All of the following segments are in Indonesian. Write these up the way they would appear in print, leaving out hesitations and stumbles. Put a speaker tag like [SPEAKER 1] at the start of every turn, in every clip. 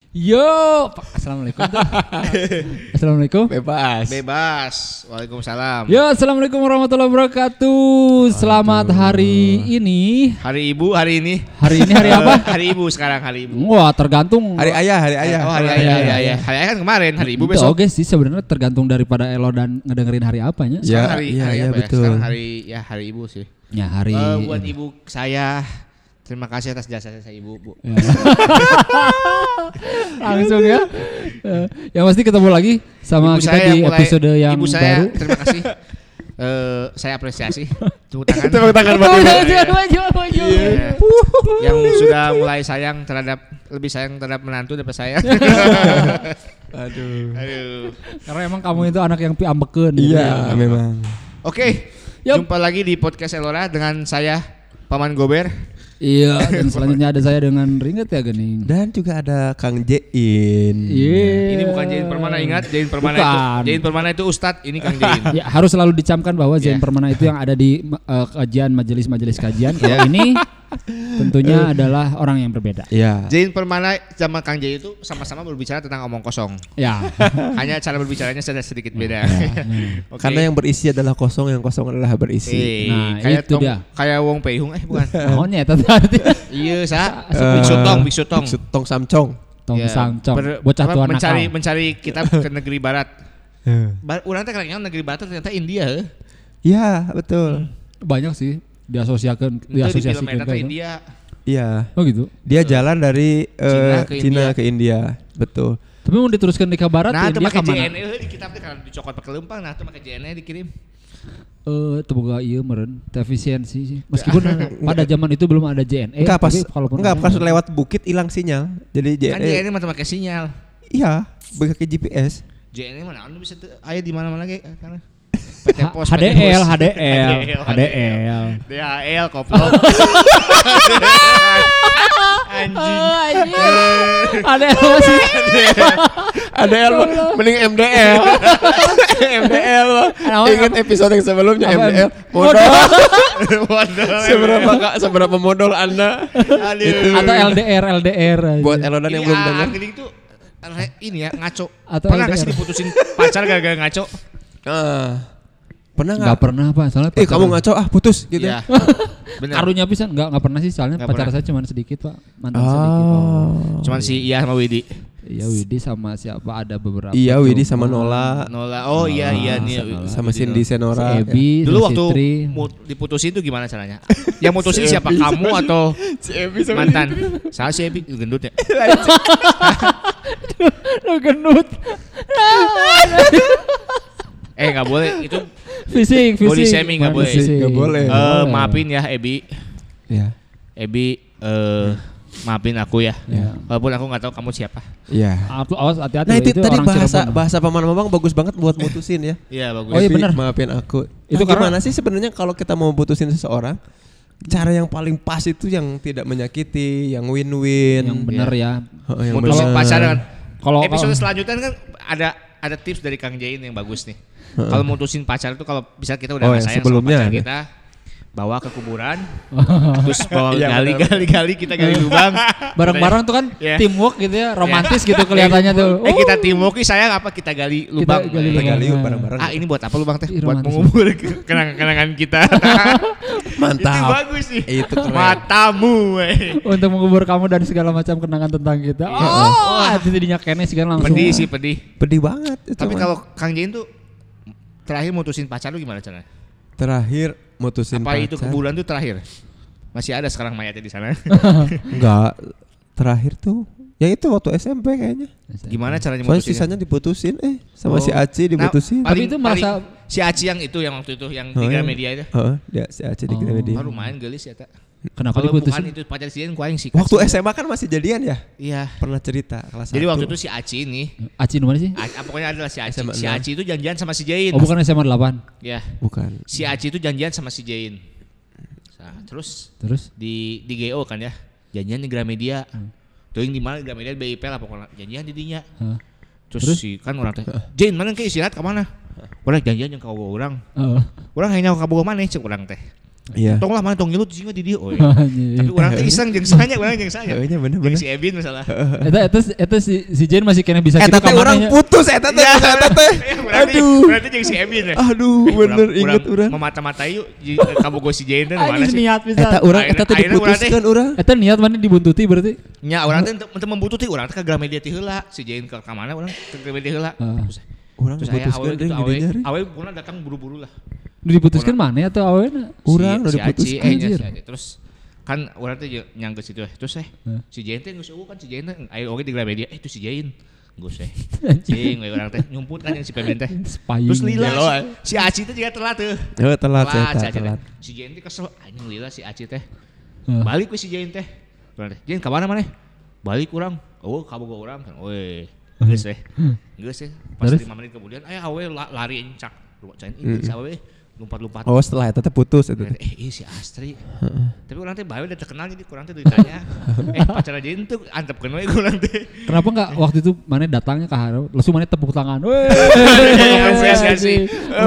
[SPEAKER 1] Yo, assalamualaikum. Assalamualaikum.
[SPEAKER 2] Bebas. Waalaikumsalam.
[SPEAKER 1] Yo, assalamualaikum warahmatullahi wabarakatuh. Selamat hari ini.
[SPEAKER 2] Hari Ibu hari ini.
[SPEAKER 1] Hari ini hari apa?
[SPEAKER 2] Hari Ibu sekarang hari Ibu.
[SPEAKER 1] Wah, tergantung.
[SPEAKER 3] Hari ayah.
[SPEAKER 2] Oh, hari ayah. Hari ayah kan kemarin, hari Ibu
[SPEAKER 1] Itu
[SPEAKER 2] besok.
[SPEAKER 1] oke sih sebenarnya tergantung daripada Elo dan ngedengerin hari apanya.
[SPEAKER 3] Ya,
[SPEAKER 2] Sekarang
[SPEAKER 3] iya,
[SPEAKER 2] apa
[SPEAKER 3] betul.
[SPEAKER 2] Sekarang hari Ibu sih.
[SPEAKER 1] Ya, hari
[SPEAKER 2] Buat Ibu saya terima kasih atas jasa saya Ibu, Bu.
[SPEAKER 1] Ya. Langsung ya. Yang pasti ketemu lagi sama
[SPEAKER 2] Ibu
[SPEAKER 1] kita
[SPEAKER 2] saya
[SPEAKER 1] di
[SPEAKER 2] mulai-
[SPEAKER 1] episode yang
[SPEAKER 2] Ibu saya,
[SPEAKER 1] baru.
[SPEAKER 2] terima kasih. Saya apresiasi. Tepuk tangan.
[SPEAKER 3] Tepuk tangan buat Ibu.
[SPEAKER 2] Iya. Yang sudah mulai lebih sayang terhadap menantu daripada saya.
[SPEAKER 3] Aduh.
[SPEAKER 1] Karena emang kamu itu anak yang piambekeun. gitu
[SPEAKER 3] Iya,
[SPEAKER 1] ya.
[SPEAKER 3] memang.
[SPEAKER 2] Oke,
[SPEAKER 1] Yup.
[SPEAKER 2] jumpa lagi di podcast Elora dengan saya Paman Gober.
[SPEAKER 1] Iya, dan selanjutnya ada saya dengan Ringet ya Gening.
[SPEAKER 3] Dan juga ada Kang Jein.
[SPEAKER 1] Iya.
[SPEAKER 2] Ini bukan Jain Permana, ingat Jain Permana
[SPEAKER 1] Bukan.
[SPEAKER 2] itu. Jain Permana itu Ustadz, ini Kang Jain.
[SPEAKER 1] Ya, harus selalu dicamkan bahwa Zain
[SPEAKER 2] Iya.
[SPEAKER 1] Permana itu yang ada di kajian majelis kajian. Kalau ini tentunya adalah orang yang berbeda.
[SPEAKER 3] Iya.
[SPEAKER 2] Jain Permana sama Kang Jain itu sama-sama berbicara tentang omong kosong.
[SPEAKER 1] Ya.
[SPEAKER 2] Hanya cara berbicaranya sedikit beda. Oke.
[SPEAKER 3] Karena yang berisi adalah kosong, yang kosong adalah berisi.
[SPEAKER 1] Nah,
[SPEAKER 2] kayak
[SPEAKER 1] itu dia.
[SPEAKER 2] kayak Wong Peihung bukan.
[SPEAKER 1] Naonnya tadi.
[SPEAKER 2] Iya, sa.
[SPEAKER 3] Eh,
[SPEAKER 2] Big Sutong.
[SPEAKER 3] Tong Samcong.
[SPEAKER 1] Tong
[SPEAKER 2] Ya,
[SPEAKER 1] sangcong,
[SPEAKER 2] ber-
[SPEAKER 1] bocah
[SPEAKER 2] apa,
[SPEAKER 1] tua
[SPEAKER 2] mencari
[SPEAKER 1] nakal.
[SPEAKER 2] kitab ke negeri barat. Urang teh kadang negeri barat ternyata India heuh.
[SPEAKER 3] Iya, betul.
[SPEAKER 1] Banyak sih diasosiasikan
[SPEAKER 2] Itu di film
[SPEAKER 1] diasosiasikan
[SPEAKER 2] eta teh
[SPEAKER 1] kayak gitu.
[SPEAKER 2] India.
[SPEAKER 3] Iya.
[SPEAKER 1] Oh gitu.
[SPEAKER 3] Dia jalan dari
[SPEAKER 2] Cina ke
[SPEAKER 3] Cina ke India. Betul.
[SPEAKER 1] Tapi mau diteruskan di ke barat
[SPEAKER 2] Nah,
[SPEAKER 1] ya,
[SPEAKER 2] itu
[SPEAKER 1] dia
[SPEAKER 2] pakai
[SPEAKER 1] kemana?
[SPEAKER 2] JNE heuh di kitab teh karena dicokot pakai lempang, nah itu pakai JNE dikirim.
[SPEAKER 1] Itu boga ieu meureun, teh efisiensi sih. Meskipun pada zaman itu belum ada JNE.
[SPEAKER 3] Enggak pas
[SPEAKER 1] tapi kalaupun
[SPEAKER 3] enggak
[SPEAKER 1] ada,
[SPEAKER 3] pas lewat bukit hilang sinyal. Jadi
[SPEAKER 2] Kan JNE mah pakai sinyal.
[SPEAKER 3] iya, pakai GPS.
[SPEAKER 2] JNE mana anu bisa aya di mana-mana ge karena PT Pos,
[SPEAKER 1] HDL.
[SPEAKER 2] DHL koplok. Anjing.
[SPEAKER 1] HDL masih.
[SPEAKER 3] ADL mah, mending MDL. MDL mah. Ingat episode yang sebelumnya
[SPEAKER 1] Apa?
[SPEAKER 3] MDL. Modal.
[SPEAKER 2] Waduh.
[SPEAKER 3] Seberapa modal Anda? Itu.
[SPEAKER 1] Atau LDR aja.
[SPEAKER 3] Buat Elodan yang belum dengar.
[SPEAKER 2] Gini tuh ini ya ngaco.
[SPEAKER 1] Atau
[SPEAKER 2] Pernah nggak sih
[SPEAKER 1] LDR?
[SPEAKER 2] diputusin pacar gara-gara ngaco?
[SPEAKER 3] Pernah
[SPEAKER 1] Enggak
[SPEAKER 3] enggak?
[SPEAKER 1] pernah Pak, soalnya
[SPEAKER 3] Kamu ngaco putus gitu.
[SPEAKER 2] Iya. Benar.
[SPEAKER 1] Karunya pisan enggak pernah sih soalnya
[SPEAKER 2] Nggak
[SPEAKER 1] pacar
[SPEAKER 2] pernah.
[SPEAKER 1] saya cuma sedikit Pak, mantan sedikit.
[SPEAKER 2] Cuman si Iya sama Widi.
[SPEAKER 1] Iya Widi sama siapa ada beberapa.
[SPEAKER 3] Iya, Widi sama
[SPEAKER 1] Cuma
[SPEAKER 3] Nola,
[SPEAKER 2] Nola. Oh iya nih.
[SPEAKER 3] sama Cindy
[SPEAKER 1] si
[SPEAKER 3] Senora.
[SPEAKER 1] Ebi,
[SPEAKER 2] Dulu
[SPEAKER 1] si
[SPEAKER 2] waktu
[SPEAKER 1] Sitri.
[SPEAKER 2] diputusin tuh gimana caranya? Yang mutusin siapa? Kamu atau
[SPEAKER 3] Si Ebi sama
[SPEAKER 2] mantan? Saya si Ebi gendut ya.
[SPEAKER 1] Lu gendut.
[SPEAKER 2] Nggak boleh itu.
[SPEAKER 1] Fisik.
[SPEAKER 2] Body shaming nggak boleh.
[SPEAKER 1] Fisik.
[SPEAKER 3] Nggak boleh.
[SPEAKER 2] Maafin ya Ebi.
[SPEAKER 3] Iya.
[SPEAKER 2] Ebi maafin aku ya.
[SPEAKER 1] Ya.
[SPEAKER 2] Walaupun aku nggak tahu kamu siapa.
[SPEAKER 3] Iya.
[SPEAKER 1] Awas hati-hati.
[SPEAKER 3] Nah itu tadi
[SPEAKER 1] orang Cirebon.
[SPEAKER 3] bahasa Paman Mamang bagus banget buat mutusin ya.
[SPEAKER 2] Iya bagus.
[SPEAKER 1] Oh, iya,
[SPEAKER 3] Ebi,
[SPEAKER 1] benar.
[SPEAKER 3] Maafin aku.
[SPEAKER 1] Itu
[SPEAKER 3] Itu
[SPEAKER 1] karena-
[SPEAKER 3] gimana sih sebenarnya kalau kita mau putusin seseorang? Cara yang paling pas itu yang tidak menyakiti, yang win-win.
[SPEAKER 1] Yang benar ya.
[SPEAKER 3] Yang
[SPEAKER 2] Mutusin
[SPEAKER 3] benar.
[SPEAKER 2] pacar kan.
[SPEAKER 1] Kalau
[SPEAKER 2] Episode selanjutnya kan ada tips dari Kang Jain yang bagus nih. Kalau mutusin pacar itu kalau bisa kita udah
[SPEAKER 3] Oh,
[SPEAKER 2] nggak
[SPEAKER 3] yang
[SPEAKER 2] sayang
[SPEAKER 3] sebelumnya
[SPEAKER 2] sama pacar
[SPEAKER 3] ada.
[SPEAKER 2] kita, bawa ke kuburan, terus bawa
[SPEAKER 3] Iya,
[SPEAKER 2] gali kita gali lubang,
[SPEAKER 1] bareng-bareng tuh kan
[SPEAKER 2] Iya.
[SPEAKER 1] teamwork gitu ya, romantis gitu kelihatannya tuh.
[SPEAKER 2] kita teamwork nih sayang apa kita gali lubang.
[SPEAKER 1] gali
[SPEAKER 3] Kita gali
[SPEAKER 1] lubang.
[SPEAKER 3] bareng-bareng.
[SPEAKER 2] Ini buat apa lubang teh?
[SPEAKER 1] Ih,
[SPEAKER 2] Buat
[SPEAKER 1] romantis.
[SPEAKER 2] mengubur kenangan kita.
[SPEAKER 3] Mantap.
[SPEAKER 2] Itu bagus sih.
[SPEAKER 3] Itu keren.
[SPEAKER 2] Matamu, weh.
[SPEAKER 1] Untuk mengubur kamu dan segala macam kenangan tentang kita. Oh, jadinya kene sih kan langsung.
[SPEAKER 2] Pedih sih pedih.
[SPEAKER 3] Pedih banget itu.
[SPEAKER 2] Tapi
[SPEAKER 3] mah.
[SPEAKER 2] kalau Kang Jain tuh terakhir mutusin pacar lu gimana caranya?
[SPEAKER 3] terakhir mutusin
[SPEAKER 2] Apa
[SPEAKER 3] pacar.
[SPEAKER 2] itu kuburan tuh terakhir? Masih ada sekarang mayatnya di sana.
[SPEAKER 3] Enggak. Terakhir tuh ya itu waktu SMP kayaknya.
[SPEAKER 2] Gimana caranya
[SPEAKER 3] Soalnya
[SPEAKER 2] mutusin?
[SPEAKER 3] sisanya diputusin
[SPEAKER 2] Oh.
[SPEAKER 3] sama si Aci diputusin.
[SPEAKER 1] Tapi itu merasa-
[SPEAKER 2] si Aci yang itu yang waktu itu yang di
[SPEAKER 3] Oh,
[SPEAKER 2] Gramedia itu.
[SPEAKER 3] Dia si Aci di Gramedia.
[SPEAKER 2] Baru main gelis ya tak.
[SPEAKER 1] Kenapa
[SPEAKER 2] Kalau bukan
[SPEAKER 1] diputusin?
[SPEAKER 2] itu pacar si Jain kuaing sih.
[SPEAKER 3] Waktu SMA kan masih jadian ya?
[SPEAKER 2] Iya.
[SPEAKER 3] Pernah cerita kelas
[SPEAKER 2] Jadi
[SPEAKER 3] 1.
[SPEAKER 2] waktu itu si Aci ini,
[SPEAKER 1] Aci mana sih?
[SPEAKER 2] pokoknya adalah si Aci.
[SPEAKER 3] SMA
[SPEAKER 2] Si
[SPEAKER 3] 6.
[SPEAKER 2] Aci itu janjian sama si Jain.
[SPEAKER 1] Oh bukan SMA 8.
[SPEAKER 2] Ya.
[SPEAKER 3] Bukan.
[SPEAKER 2] Si Aci itu janjian sama si Jain. Nah, terus
[SPEAKER 1] Terus?
[SPEAKER 2] di GO kan ya. Janjian di Gramedia. Tuh yang di mana Gramedia BIP lah pokoknya. Janjian di dinya.
[SPEAKER 1] Hah.
[SPEAKER 2] Terus si kan orang teh, Jain mana ke istirahat ke mana? Orang janjian yang kau orang.
[SPEAKER 1] Oh.
[SPEAKER 2] Orang hanya kabogoh maneh cek urang teh.
[SPEAKER 3] Iya.
[SPEAKER 2] Tong lah mana tong ngilut sih di dia. Oh,
[SPEAKER 1] Anjing.
[SPEAKER 2] tapi orang teh iseng jeung sanya, urang jeung sanya.
[SPEAKER 3] Iya bener.
[SPEAKER 2] Jeung si Ebin masalah.
[SPEAKER 1] Eta si Jen masih kena bisa
[SPEAKER 3] Eta teh orang putus eta teh. Aduh.
[SPEAKER 2] Berarti jeung si Ebin ya.
[SPEAKER 3] Aduh, bener inget urang.
[SPEAKER 2] Memata-matai yuk kabogo si Jen teh mana sih?
[SPEAKER 1] niat bisa.
[SPEAKER 3] Eta teh diputuskeun urang.
[SPEAKER 1] Eta niat mana dibuntuti berarti?
[SPEAKER 2] Nya urang teh teu membuntuti, urang teh ka Gramedia ti heula. Si Jen ka mana urang ke Gramedia heula.
[SPEAKER 3] Urang diputuskeun deui di dinya.
[SPEAKER 2] Awe puna datang buru-buru lah.
[SPEAKER 1] Diputuskan mana atau awena?
[SPEAKER 3] Urang
[SPEAKER 2] si
[SPEAKER 3] diputuskeun.
[SPEAKER 2] Aci, terus kan urang teh nyanggeus situ terus si Jain teh geus eueuh kan si Jain teh aya oge di Gramedia itu si Jain geus cing we urang teh nyumput kan yang si Pebin teh terus lila si Aci teh juga telat teh
[SPEAKER 3] telat.
[SPEAKER 2] Si Jain teh kesel anjing lila si Aci teh balik we si Jain teh urang teh Jain ka mana maneh balik urang ka boga urang kan we geus pas 5 menit kemudian aya awe lari encak cain ini si awe lompat-lompat.
[SPEAKER 3] Oh setelah itu teh putus itu.
[SPEAKER 2] Si Astri. Tapi orang teh bae udah terkenal jadi kurang teh ditanya. Pacar aja itu antep kenal kurang teh.
[SPEAKER 1] Kenapa enggak waktu itu mana datangnya ke Haro, langsung mana tepuk tangan.
[SPEAKER 2] Apresiasi.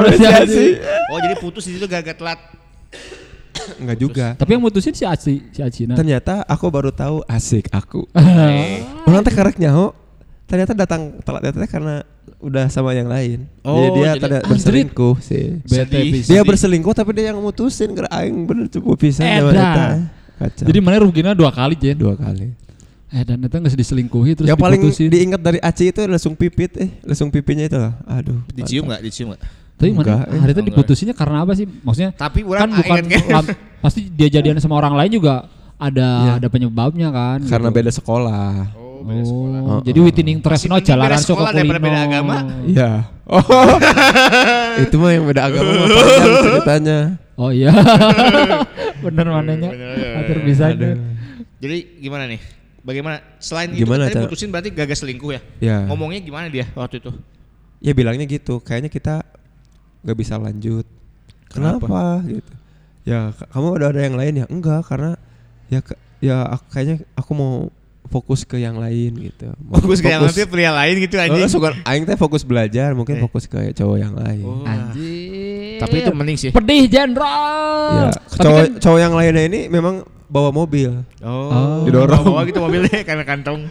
[SPEAKER 2] Oh jadi putus di situ gara-gara telat.
[SPEAKER 3] Enggak juga.
[SPEAKER 1] Tapi yang mutusin si Acina.
[SPEAKER 3] Ternyata aku baru tahu asik aku. Orang teh karek nyaho. Ternyata datang telat teh karena udah sama yang lain. Jadi dia tidak berselingkuh sih. Dia berselingkuh tapi dia yang mutusin karena aing bener cukup pisan sama eta.
[SPEAKER 1] Jadi mana rugina 2 kali Jen?
[SPEAKER 3] 2 kali.
[SPEAKER 1] Dan eta geus diselingkuhi terus
[SPEAKER 3] yang paling
[SPEAKER 1] diputusin.
[SPEAKER 3] diingat dari Aci itu langsung pipit langsung pipinya itu lah. Aduh.
[SPEAKER 2] Dicium enggak?
[SPEAKER 1] Tapi mana hari itu diputusinnya karena apa sih? Maksudnya
[SPEAKER 2] tapi
[SPEAKER 1] kan bukan pasti dia jadian sama orang lain juga ada penyebabnya kan.
[SPEAKER 3] Karena beda sekolah.
[SPEAKER 1] Jadi Witining Tresno jalanan suka kulino.
[SPEAKER 2] Beda agama.
[SPEAKER 3] Iya. Oh. Itu mah yang beda agama mah panjang ceritanya.
[SPEAKER 1] Oh iya. Bener mananya. Atur bisa.
[SPEAKER 2] Jadi gimana nih? Bagaimana selain
[SPEAKER 3] gimana
[SPEAKER 2] itu tadi putusin berarti gagas selingkuh ya?
[SPEAKER 3] Iya.
[SPEAKER 2] Ngomongnya gimana dia waktu itu?
[SPEAKER 3] Ya bilangnya gitu, kayaknya kita enggak bisa lanjut. Kenapa gitu? Ya kamu udah ada yang lain ya? Enggak, karena kayaknya aku mau fokus ke yang lain gitu.
[SPEAKER 2] Fokus ke yang lain pria lain gitu anjing.
[SPEAKER 3] Suka aing teh fokus belajar, mungkin fokus ke cowok yang lain.
[SPEAKER 1] Anjing.
[SPEAKER 2] Tapi itu mending sih.
[SPEAKER 1] Pedih jenderal.
[SPEAKER 3] Ya, cowok yang lainnya ini memang bawa mobil.
[SPEAKER 2] Didorong. Bawa gitu mobilnya karena kantong.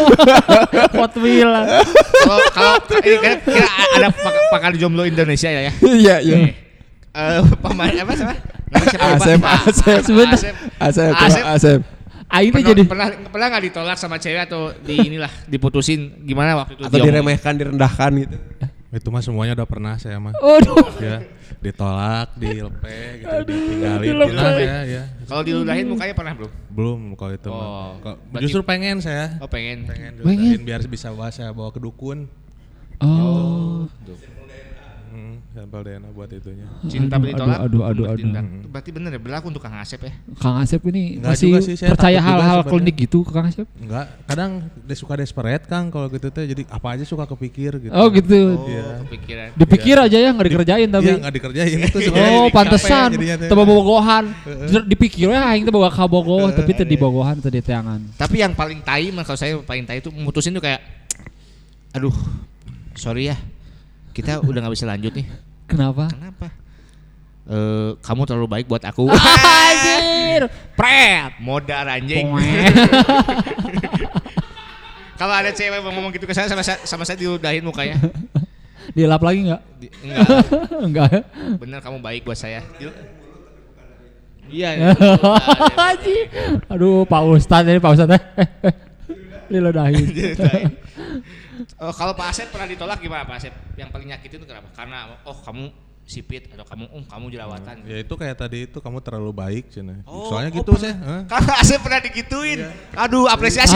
[SPEAKER 1] Hot Wheel.
[SPEAKER 2] Kalau ini kan kira ada pakar jomblo Indonesia ya.
[SPEAKER 3] Iya.
[SPEAKER 2] Pemain apa siapa?
[SPEAKER 3] Asep.
[SPEAKER 1] Aing teh jadi
[SPEAKER 2] pernah enggak ditolak sama cewek atau diputusin gimana waktu itu?
[SPEAKER 3] Atau diremehkan, direndahkan gitu.
[SPEAKER 4] Itu mah semuanya udah pernah saya mah. Ya, ditolak, dilepeh gitu, ditinggalin ya.
[SPEAKER 2] Kalau diludahin mukanya pernah belum?
[SPEAKER 4] Belum kalau itu mah. Justru pengen saya.
[SPEAKER 2] Pengen
[SPEAKER 4] diludahin biar bisa bawa ke dukun. Sampel DNA buat itunya.
[SPEAKER 2] Cinta ditolak.
[SPEAKER 1] Aduh.
[SPEAKER 2] Berarti bener ya berlaku untuk Kang Asep ya?
[SPEAKER 1] Kang Asep ini
[SPEAKER 4] Enggak
[SPEAKER 1] masih
[SPEAKER 4] sih,
[SPEAKER 1] percaya hal-hal klinik gitu Kang Asep?
[SPEAKER 4] Enggak, kadang dia suka desperate Kang kalau gitu teh, jadi apa aja suka kepikir gitu.
[SPEAKER 1] Oh gitu.
[SPEAKER 2] Kepikiran.
[SPEAKER 1] Dipikir aja ya, nggak dikerjain tapi.
[SPEAKER 4] Iya nggak dikerjain itu.
[SPEAKER 1] Pantesan. Teu bogohan. Dipikir ya aing teh boga ka bogoh tapi teu dibogohan teu diteangan.
[SPEAKER 2] Tapi yang paling tai mah kalau saya paling tai itu mutusin tuh kayak aduh, sorry ya. Kita udah nggak bisa lanjut nih.
[SPEAKER 1] Kenapa?
[SPEAKER 2] Kamu terlalu baik buat aku.
[SPEAKER 1] Anjir. Pret.
[SPEAKER 2] Modar anjing. Kalau ada cewek ngomong gitu ke saya sama saya diludahin mukanya.
[SPEAKER 1] Dilap lagi enggak? Enggak.
[SPEAKER 2] Bener kamu baik buat saya. Iya.
[SPEAKER 1] Aduh, Pak Ustadz diludahin.
[SPEAKER 2] Kalau Pak Asep pernah ditolak gimana Pak Asep? Yang paling nyakitin itu kenapa? Karena kamu sipit atau kamu jerawatan.
[SPEAKER 4] Ya itu kayak tadi itu kamu terlalu baik cina. Soalnya gitu sih.
[SPEAKER 2] Karena Asep pernah digituin. Yeah. Aduh, apresiasi.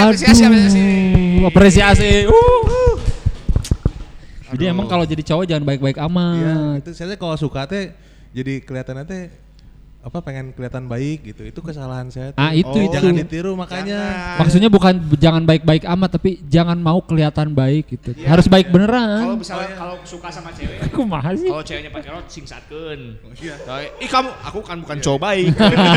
[SPEAKER 1] Jadi emang kalau jadi cowok jangan baik-baik amat.
[SPEAKER 4] Iya, itu saya kalau suka teh jadi kelihatan teh pengen kelihatan baik gitu. Itu kesalahan saya tuh.
[SPEAKER 1] Itu
[SPEAKER 4] jangan ditiru makanya.
[SPEAKER 1] Maksudnya bukan jangan baik-baik amat tapi jangan mau kelihatan baik gitu. Ya, harus baik beneran.
[SPEAKER 2] Kalau misalnya kalau suka sama cewek.
[SPEAKER 1] Aku mah sih.
[SPEAKER 2] Kalau ceweknya pacaran singsakeun. Aku kan bukan cowok baik.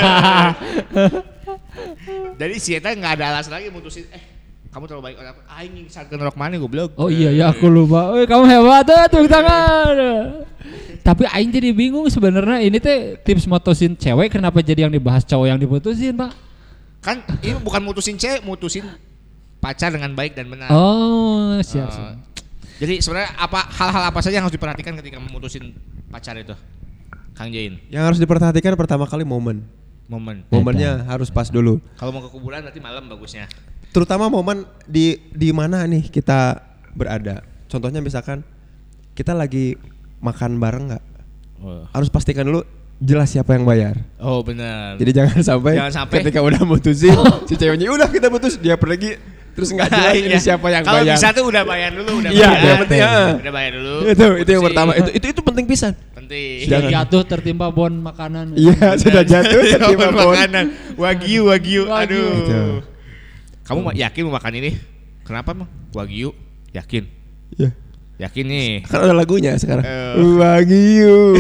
[SPEAKER 2] Jadi si eta enggak ada alasan lagi mutusin kamu terlalu baik. Aing singsakeun rok mana goblok.
[SPEAKER 1] Oh iya aku lupa. Kamu hebat tepuk tangan. Tapi aing jadi bingung sebenarnya ini teh tips mutusin cewek kenapa jadi yang dibahas cowok yang diputusin, Pak?
[SPEAKER 2] Kan ini bukan mutusin cewek, mutusin pacar dengan baik dan benar.
[SPEAKER 1] Oh, siap.
[SPEAKER 2] Jadi sebenarnya hal-hal apa saja yang harus diperhatikan ketika memutusin pacar itu, Kang Jain?
[SPEAKER 3] Yang harus diperhatikan pertama kali momennya harus pas dulu.
[SPEAKER 2] Kalau mau ke kuburan berarti malam bagusnya.
[SPEAKER 3] Terutama momen di mana nih kita berada. Contohnya misalkan kita lagi makan bareng nggak? Harus pastikan dulu jelas siapa yang bayar.
[SPEAKER 2] Oh benar.
[SPEAKER 3] Jadi jangan sampai ketika udah mutusin si ceweknya udah kita putus dia pergi terus nggak jelas ini siapa yang
[SPEAKER 2] bayar.
[SPEAKER 3] Kalau
[SPEAKER 2] bisa tuh udah bayar dulu,
[SPEAKER 3] Iya, penting
[SPEAKER 2] udah bayar dulu.
[SPEAKER 3] Itu yang pertama. Itu penting pisan.
[SPEAKER 2] Penting.
[SPEAKER 1] Sudah jatuh tertimpa bon makanan.
[SPEAKER 3] Iya, sudah jatuh tertimpa bon
[SPEAKER 2] makanan. Wagyu. Aduh. Kamu yakin mau makan ini? Kenapa emang? Wagyu. Yakin?
[SPEAKER 3] Iya.
[SPEAKER 2] Yakin nih.
[SPEAKER 3] Kan ada lagunya sekarang. Wagyu.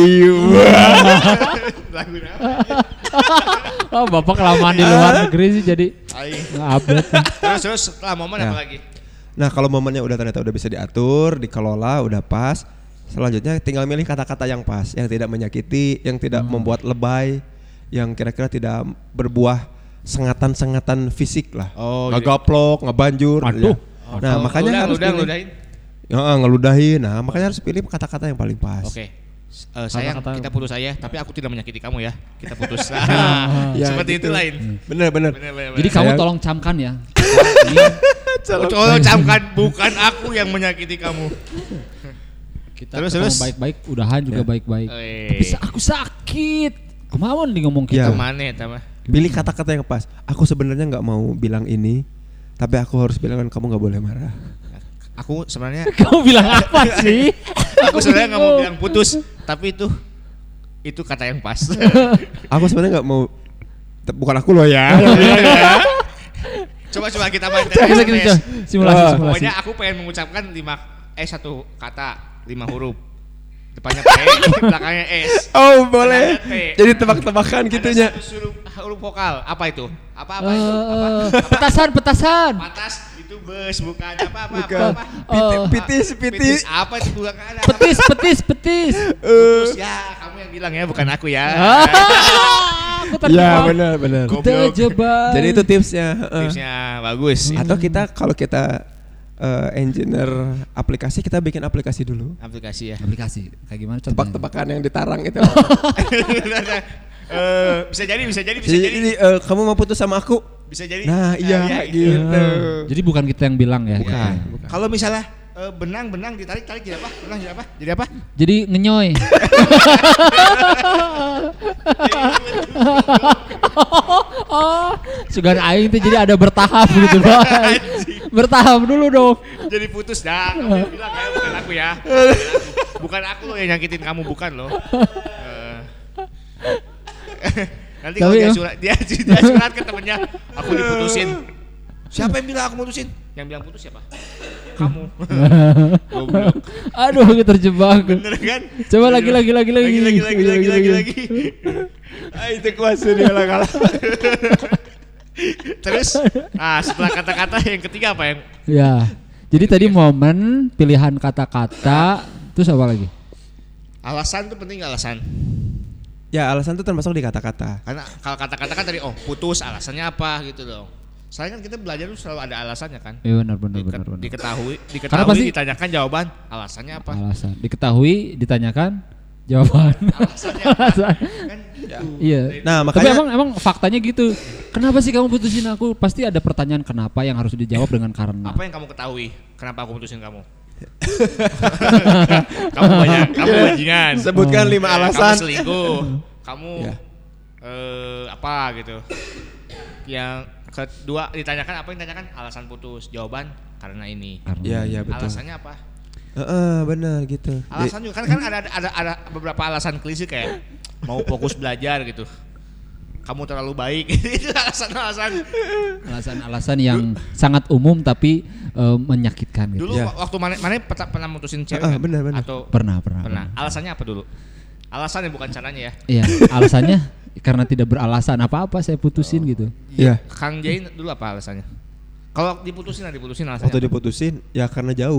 [SPEAKER 2] Lagu apa?
[SPEAKER 1] Oh, Bapak kelamaan di luar negeri sih jadi update.
[SPEAKER 2] Terus setelah momen apa lagi?
[SPEAKER 3] Nah, kalau momennya ternyata udah bisa diatur, dikelola, udah pas. Selanjutnya tinggal milih kata-kata yang pas, yang tidak menyakiti, yang tidak membuat lebay, yang kira-kira tidak berbuah sengatan-sengatan fisik lah. Ngegaplok, ngebanjur.
[SPEAKER 1] Aduh.
[SPEAKER 3] Ya. Nah, makanya harus
[SPEAKER 2] ngeludahin.
[SPEAKER 3] Ngeludahin. Nah, makanya harus pilih kata-kata yang paling pas.
[SPEAKER 2] Oke. Sayang, kita putus saya, tapi aku tidak menyakiti kamu ya. Kita putus. Seperti itu lain.
[SPEAKER 3] Bener.
[SPEAKER 1] Jadi kamu tolong camkan ya.
[SPEAKER 2] Tolong camkan, bukan aku yang menyakiti kamu.
[SPEAKER 1] Kita terus baik-baik, udahan juga baik-baik. Tapi aku sakit. Kemauan di ngomong kita.
[SPEAKER 2] Kemana ya?
[SPEAKER 3] Pilih kata-kata yang pas. Aku sebenarnya nggak mau bilang ini, tapi aku harus bilang kamu nggak boleh marah.
[SPEAKER 2] Aku sebenarnya.
[SPEAKER 1] Kamu bilang apa sih?
[SPEAKER 2] Aku sebenarnya nggak mau bilang putus, tapi itu kata yang pas.
[SPEAKER 3] Aku sebenarnya nggak mau. Bukan aku loh ya.
[SPEAKER 2] Coba kita main
[SPEAKER 1] simulasi.
[SPEAKER 2] Pokoknya aku pengen mengucapkan 1 kata 5 huruf. Depannya P, belakangnya S.
[SPEAKER 3] Oh boleh. Jadi tebak-tebakan gitunya.
[SPEAKER 2] Ada 1 huruf vokal. Apa itu? Apa itu?
[SPEAKER 1] Petasan.
[SPEAKER 2] Patas itu bus bukan apa.
[SPEAKER 3] Pitis.
[SPEAKER 2] Apa itu belakangnya?
[SPEAKER 1] Petis.
[SPEAKER 2] Putus ya, kamu yang bilang ya, bukan aku ya.
[SPEAKER 1] Aku terjebak.
[SPEAKER 3] Ya benar.
[SPEAKER 1] Terjebak.
[SPEAKER 3] Jadi itu tipsnya.
[SPEAKER 2] Tipsnya bagus.
[SPEAKER 3] Atau kalau kita engineer aplikasi, kita bikin aplikasi dulu.
[SPEAKER 2] Aplikasi
[SPEAKER 1] kayak gimana contohnya?
[SPEAKER 3] Tebak-tebakan yang ditarang itu.
[SPEAKER 2] Bisa jadi.
[SPEAKER 3] Jadi kamu mau putus sama aku?
[SPEAKER 2] Bisa jadi.
[SPEAKER 3] Nah, iya gitu.
[SPEAKER 1] Jadi bukan kita yang bilang ya.
[SPEAKER 3] Bukan.
[SPEAKER 2] Kalau misalnya benang ditarik jadi apa? Benang jadi apa? Jadi apa?
[SPEAKER 1] Jadi ngenyoy. Sugan aing itu jadi ada bertahap gitu, Bang. Bertahap dulu dong.
[SPEAKER 2] Jadi putus dah. Kamu bilang kayak bukan aku ya. Bukan aku loh yang nyakitin kamu, bukan loh. Nanti kalau dia surat ke temennya, aku diputusin. Siapa yang bilang aku mutusin? Yang bilang putus siapa? Kamu. Goblok.
[SPEAKER 1] Aduh, terjebak.
[SPEAKER 2] Bener kan?
[SPEAKER 1] Coba lagi.
[SPEAKER 2] Lagi.
[SPEAKER 3] Itu kuasa dia kalah.
[SPEAKER 2] Terus, setelah kata-kata yang ketiga apa yang?
[SPEAKER 1] Ya. Jadi tadi momen, pilihan kata-kata, terus apa lagi?
[SPEAKER 2] Alasan tuh penting, alasan.
[SPEAKER 3] Ya, alasan tuh termasuk di kata-kata.
[SPEAKER 2] Karena kalau kata-kata kan tadi putus, alasannya apa gitu dong. Soalnya kan kita belajar tuh selalu ada alasannya kan.
[SPEAKER 1] Iya benar.
[SPEAKER 2] Diketahui,
[SPEAKER 1] pasti,
[SPEAKER 2] ditanyakan jawaban, alasannya apa?
[SPEAKER 1] Alasan. Diketahui, ditanyakan jawaban.
[SPEAKER 2] Alasannya apa? Kan
[SPEAKER 1] gitu. Iya.
[SPEAKER 3] Nah, makanya
[SPEAKER 1] tapi emang faktanya gitu. Kenapa sih kamu putusin aku? Pasti ada pertanyaan kenapa yang harus dijawab dengan karena.
[SPEAKER 2] Apa yang kamu ketahui? Kenapa aku putusin kamu? Kamu bajingan.
[SPEAKER 3] Sebutkan 5 alasan.
[SPEAKER 2] Kamu selingkuh. Kamu apa gitu. Yang kedua ditanyakan, apa yang ditanyakan? Alasan putus. Jawaban karena ini.
[SPEAKER 3] Iya betul.
[SPEAKER 2] Alasannya apa?
[SPEAKER 3] Benar gitu.
[SPEAKER 2] Alasan juga kan ada beberapa alasan klise kayak mau fokus belajar gitu. Kamu terlalu baik. Itu
[SPEAKER 1] alasan yang sangat umum tapi menyakitkan gitu.
[SPEAKER 2] Dulu waktu mana pernah mutusin cewek kan?
[SPEAKER 3] Benar.
[SPEAKER 2] Atau
[SPEAKER 1] pernah.
[SPEAKER 2] Alasannya apa dulu? Alasannya bukan caranya ya.
[SPEAKER 1] Iya, alasannya karena tidak beralasan apa-apa saya putusin gitu.
[SPEAKER 3] Iya.
[SPEAKER 2] Kang Jain dulu apa alasannya? Kalau diputusin alasannya.
[SPEAKER 3] Waktu diputusin ya karena jauh.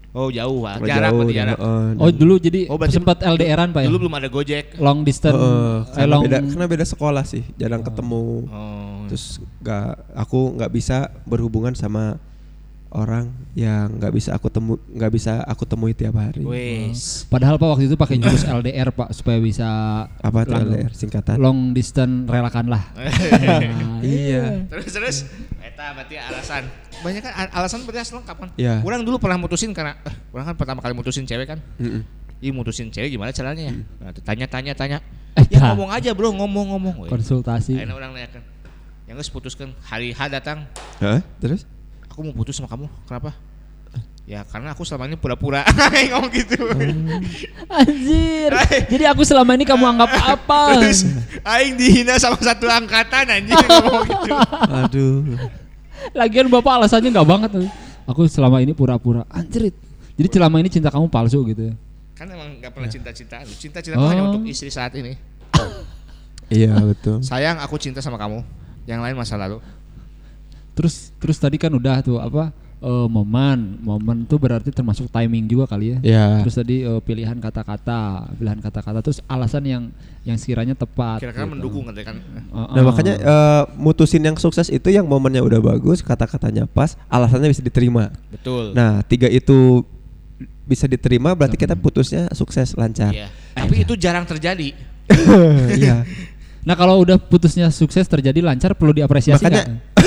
[SPEAKER 2] Oh jauh Pak, jarak berarti jarak.
[SPEAKER 1] Oh dulu jadi sempat LDRan Pak ya?
[SPEAKER 2] Dulu belum ada Gojek.
[SPEAKER 1] Long distance.
[SPEAKER 3] Karena beda sekolah sih, jarang ketemu. Terus aku nggak bisa berhubungan sama orang yang nggak bisa aku temui tiap hari.
[SPEAKER 1] Padahal Pak waktu itu pakai jurus LDR Pak supaya bisa
[SPEAKER 3] apa tuh LDR singkatan?
[SPEAKER 1] Long distance relakanlah.
[SPEAKER 3] Iya.
[SPEAKER 2] Terus eta berarti alasan. Banyak kan alasan berarti lengkap kan.
[SPEAKER 3] Yeah.
[SPEAKER 2] Orang dulu pernah mutusin karena orang kan pertama kali mutusin cewek kan. Ih mutusin cewek gimana caranya ya? Nah, tanya. Ya ngomong aja bro, ngomong.
[SPEAKER 1] Konsultasi.
[SPEAKER 2] Akhirnya orang nanyakan. Yang putuskan hari H datang.
[SPEAKER 3] Terus?
[SPEAKER 2] Aku mau putus sama kamu. Kenapa? Ya karena aku selama ini pura-pura. Ngomong gitu.
[SPEAKER 1] Anjir. Jadi aku selama ini kamu anggap apa?
[SPEAKER 2] Terus aing dihina sama satu angkatan anjing ngomong gitu.
[SPEAKER 3] Aduh.
[SPEAKER 1] Lagian bapak alasannya nggak banget. Aku selama ini pura-pura. Anjir. Jadi selama ini cinta kamu palsu gitu ya.
[SPEAKER 2] Kan emang nggak pernah cinta-cintaan. Cinta-cinta hanya untuk istri saat ini.
[SPEAKER 3] Iya betul.
[SPEAKER 2] Sayang aku cinta sama kamu. Yang lain masa lalu.
[SPEAKER 1] Terus tadi kan udah tuh apa? Momen tuh berarti termasuk timing juga kali ya.
[SPEAKER 3] Yeah.
[SPEAKER 1] Terus tadi pilihan kata-kata terus alasan yang sekiranya tepat.
[SPEAKER 2] Kira-kira
[SPEAKER 1] gitu.
[SPEAKER 2] mendukung kan.
[SPEAKER 3] Nah makanya mutusin yang sukses itu yang momennya udah bagus, kata-katanya pas, alasannya bisa diterima.
[SPEAKER 2] Betul.
[SPEAKER 3] Nah 3 itu bisa diterima berarti kita putusnya sukses lancar.
[SPEAKER 2] Iya. Tapi itu jarang terjadi.
[SPEAKER 3] Iya.
[SPEAKER 1] Nah kalau udah putusnya sukses terjadi lancar perlu diapresiasi
[SPEAKER 3] makanya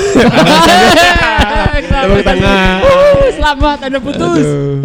[SPEAKER 1] tepuk tangan. Selamat Anda putus.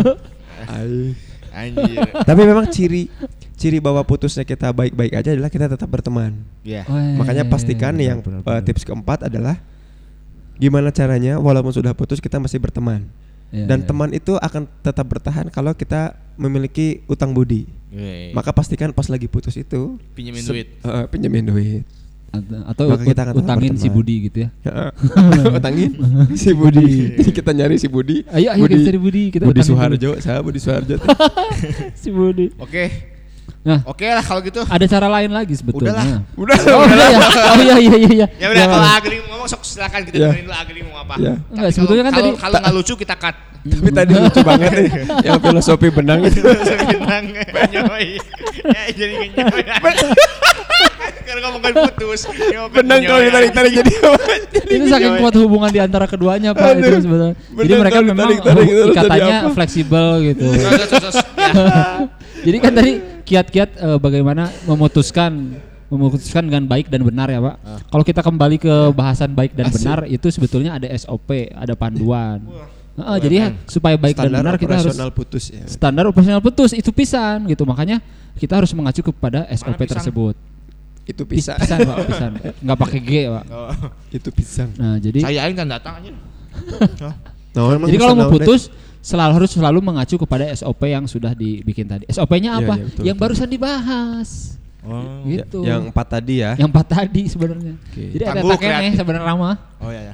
[SPEAKER 2] Anjir.
[SPEAKER 3] Tapi memang ciri bahwa putusnya kita baik-baik aja adalah kita tetap berteman.
[SPEAKER 2] Iya.
[SPEAKER 3] Makanya pastikan yang tips keempat adalah gimana caranya walaupun sudah putus kita masih berteman. Dan teman itu akan tetap bertahan kalau kita memiliki utang budi. Maka pastikan pas lagi putus itu pinjemin duit.
[SPEAKER 1] Atau utangin si Budi gitu ya.
[SPEAKER 3] Utangin si Budi. Jadi kita nyari si Budi.
[SPEAKER 1] Ayo kita cari Budi.
[SPEAKER 3] Budi Suharjo, Budi Suharjo.
[SPEAKER 1] Si Budi.
[SPEAKER 2] Oke.
[SPEAKER 1] Nah,
[SPEAKER 2] oke lah kalau gitu.
[SPEAKER 1] Ada cara lain lagi sebetulnya.
[SPEAKER 2] Udah.
[SPEAKER 1] Oh iya.
[SPEAKER 2] Ya udah kalau Agri ngomong sok silakan kita dengerin dulu Agri mau apa.
[SPEAKER 1] Enggak sebetulnya kan tadi
[SPEAKER 2] kalau enggak lucu kita cut.
[SPEAKER 3] Tapi tadi lucu banget nih yang filosofi benang itu.
[SPEAKER 2] Benang nyoy. Ya jadi nyoy. Karena ngomongin putus.
[SPEAKER 3] Benang kalau ditarik-tarik jadi apa?
[SPEAKER 1] Itu saking kuat hubungan di antara keduanya Pak itu sebetulnya. Jadi mereka memang ikatannya fleksibel gitu. Jadi kan tadi kiat-kiat bagaimana memutuskan dengan baik dan benar ya Pak. Kalau kita kembali ke bahasan baik dan benar itu sebetulnya ada SOP, ada panduan. Jadi supaya baik dan benar kita harus
[SPEAKER 3] putus ya.
[SPEAKER 1] Standar operasional putus itu pisan gitu. Makanya kita harus mengacu kepada SOP tersebut.
[SPEAKER 3] Itu pisang.
[SPEAKER 1] Pisang Pak, pisang. Enggak pakai G Pak.
[SPEAKER 3] Itu pisang.
[SPEAKER 1] Nah jadi
[SPEAKER 2] saya kan datang aja.
[SPEAKER 1] Jadi kalau mau putus harus selalu mengacu kepada SOP yang sudah dibikin tadi. SOP-nya apa?
[SPEAKER 3] Ya, betul,
[SPEAKER 1] yang barusan dibahas. Gitu.
[SPEAKER 3] Yang 4 tadi ya.
[SPEAKER 1] Yang 4 tadi sebenarnya. Okay. Jadi ada takenya sebenarnya mah.
[SPEAKER 2] Oh iya.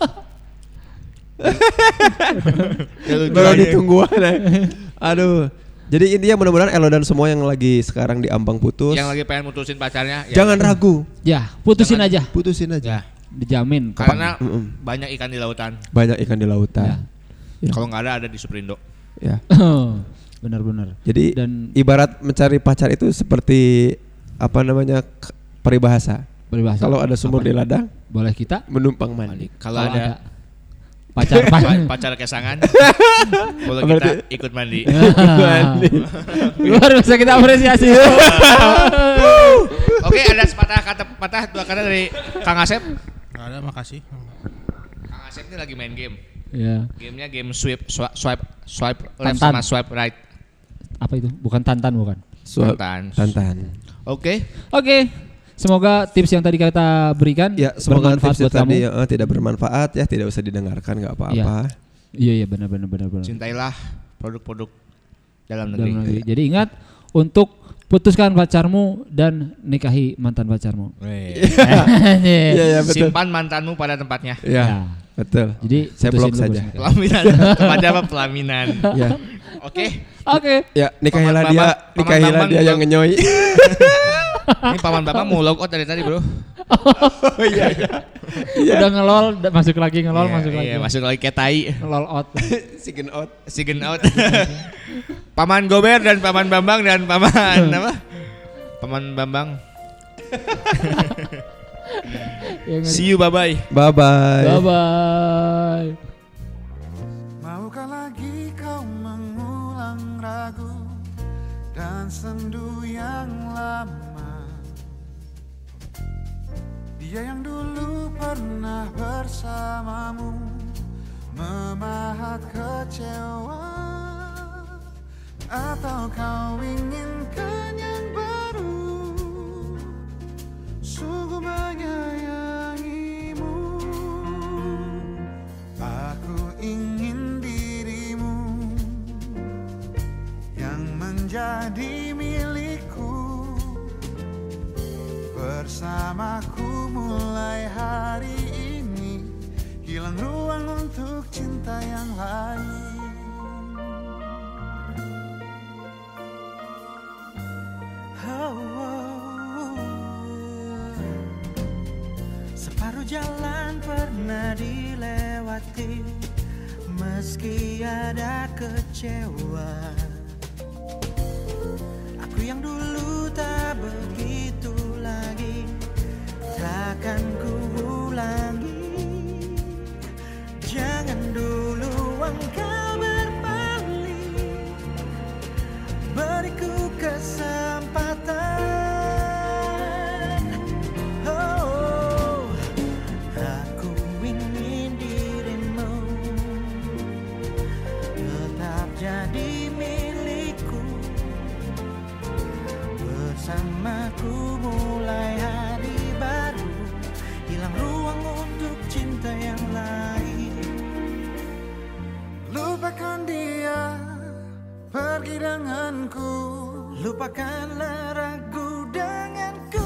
[SPEAKER 3] Baru ditungguan. Aduh. Jadi intinya mudah-mudahan Elo dan semua yang lagi sekarang di ambang putus,
[SPEAKER 2] yang lagi pengen mutusin pacarnya,
[SPEAKER 3] jangan ragu.
[SPEAKER 1] Ya, putusin aja.
[SPEAKER 3] Putusin aja.
[SPEAKER 2] Ya.
[SPEAKER 1] Dijamin.
[SPEAKER 2] Karena banyak ikan di lautan.
[SPEAKER 3] Banyak ikan di lautan.
[SPEAKER 2] Ya. Kalau nggak ada di Superindo.
[SPEAKER 3] Ya.
[SPEAKER 1] Benar-benar.
[SPEAKER 3] Jadi ibarat mencari pacar itu seperti apa namanya peribahasa. Kalau ada sumur di ladang,
[SPEAKER 1] boleh kita
[SPEAKER 2] menumpang mandi. Kalau ada pacar kesangan, boleh kita ikut mandi.
[SPEAKER 1] Luar biasa kita apresiasi.
[SPEAKER 2] Oke, ada patah dua kata dari Kang Asep.
[SPEAKER 4] Nggak ada, makasih.
[SPEAKER 2] Kang Asep ini lagi main game.
[SPEAKER 1] Iya.
[SPEAKER 2] Gamenya game swipe left sama swipe right.
[SPEAKER 1] Apa itu? Bukan tantan bukan?
[SPEAKER 3] Tantan.
[SPEAKER 2] Oke.
[SPEAKER 1] Semoga tips yang tadi kita berikan
[SPEAKER 3] bermanfaat buat kamu. Tidak bermanfaat ya, tidak usah didengarkan, nggak apa-apa.
[SPEAKER 1] Iya benar.
[SPEAKER 2] Cintailah produk-produk dalam negeri.
[SPEAKER 1] Jadi ingat untuk putuskan pacarmu dan nikahi mantan pacarmu.
[SPEAKER 3] Iya betul.
[SPEAKER 2] Simpan mantanmu pada tempatnya.
[SPEAKER 3] Iya. Betul.
[SPEAKER 1] Jadi
[SPEAKER 3] saya blok saja.
[SPEAKER 2] Pelaminan. Tempatnya apa pelaminan?
[SPEAKER 3] Ya.
[SPEAKER 2] Oke.
[SPEAKER 3] Ya, nikahilah dia yang ngenyoy.
[SPEAKER 2] Ini paman bapak mau log out dari tadi bro.
[SPEAKER 3] Oh iya.
[SPEAKER 1] Udah ngelol, masuk lagi ngelol, masuk lagi.
[SPEAKER 2] Iya, masuk lagi kayak tai.
[SPEAKER 1] Ngelol out.
[SPEAKER 2] Sigen out. Paman Gober dan paman Bambang dan paman apa? Paman Bambang. See you, bye-bye.
[SPEAKER 3] Bye-bye.
[SPEAKER 1] Bye-bye.
[SPEAKER 5] Maukah lagi kau mengulang ragu dan sendu yang lama? Dia yang dulu pernah bersamamu memahat kecewa. Atau kau inginkan yang baru, sungguh menyayangimu. Aku ingin dirimu yang menjadi milikku, bersamaku mulai hari ini. Hilang ruang untuk cinta yang lain. Separuh jalan pernah dilewati, meski ada kecewa. Aku yang dulu tak begitu lagi, takkan ku ulangi. Jangan dulu engkau berbalik, beriku kesempatan. Aku ingin dirimu tetap jadi milikku, bersamaku mulai hari baru. Hilang ruang untuk cinta yang lain. Lupakan dia, pergi denganku. Lupakanlah ragu denganku.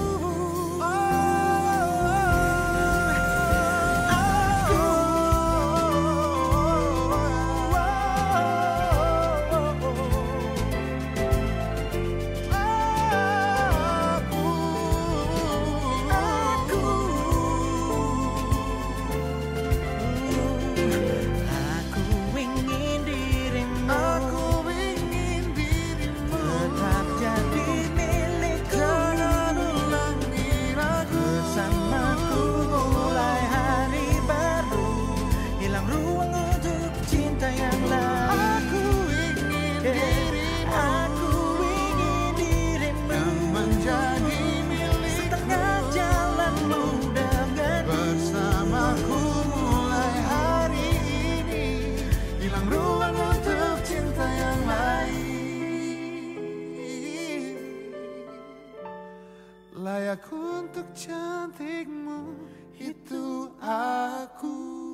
[SPEAKER 5] Layak untuk cantikmu, itu aku.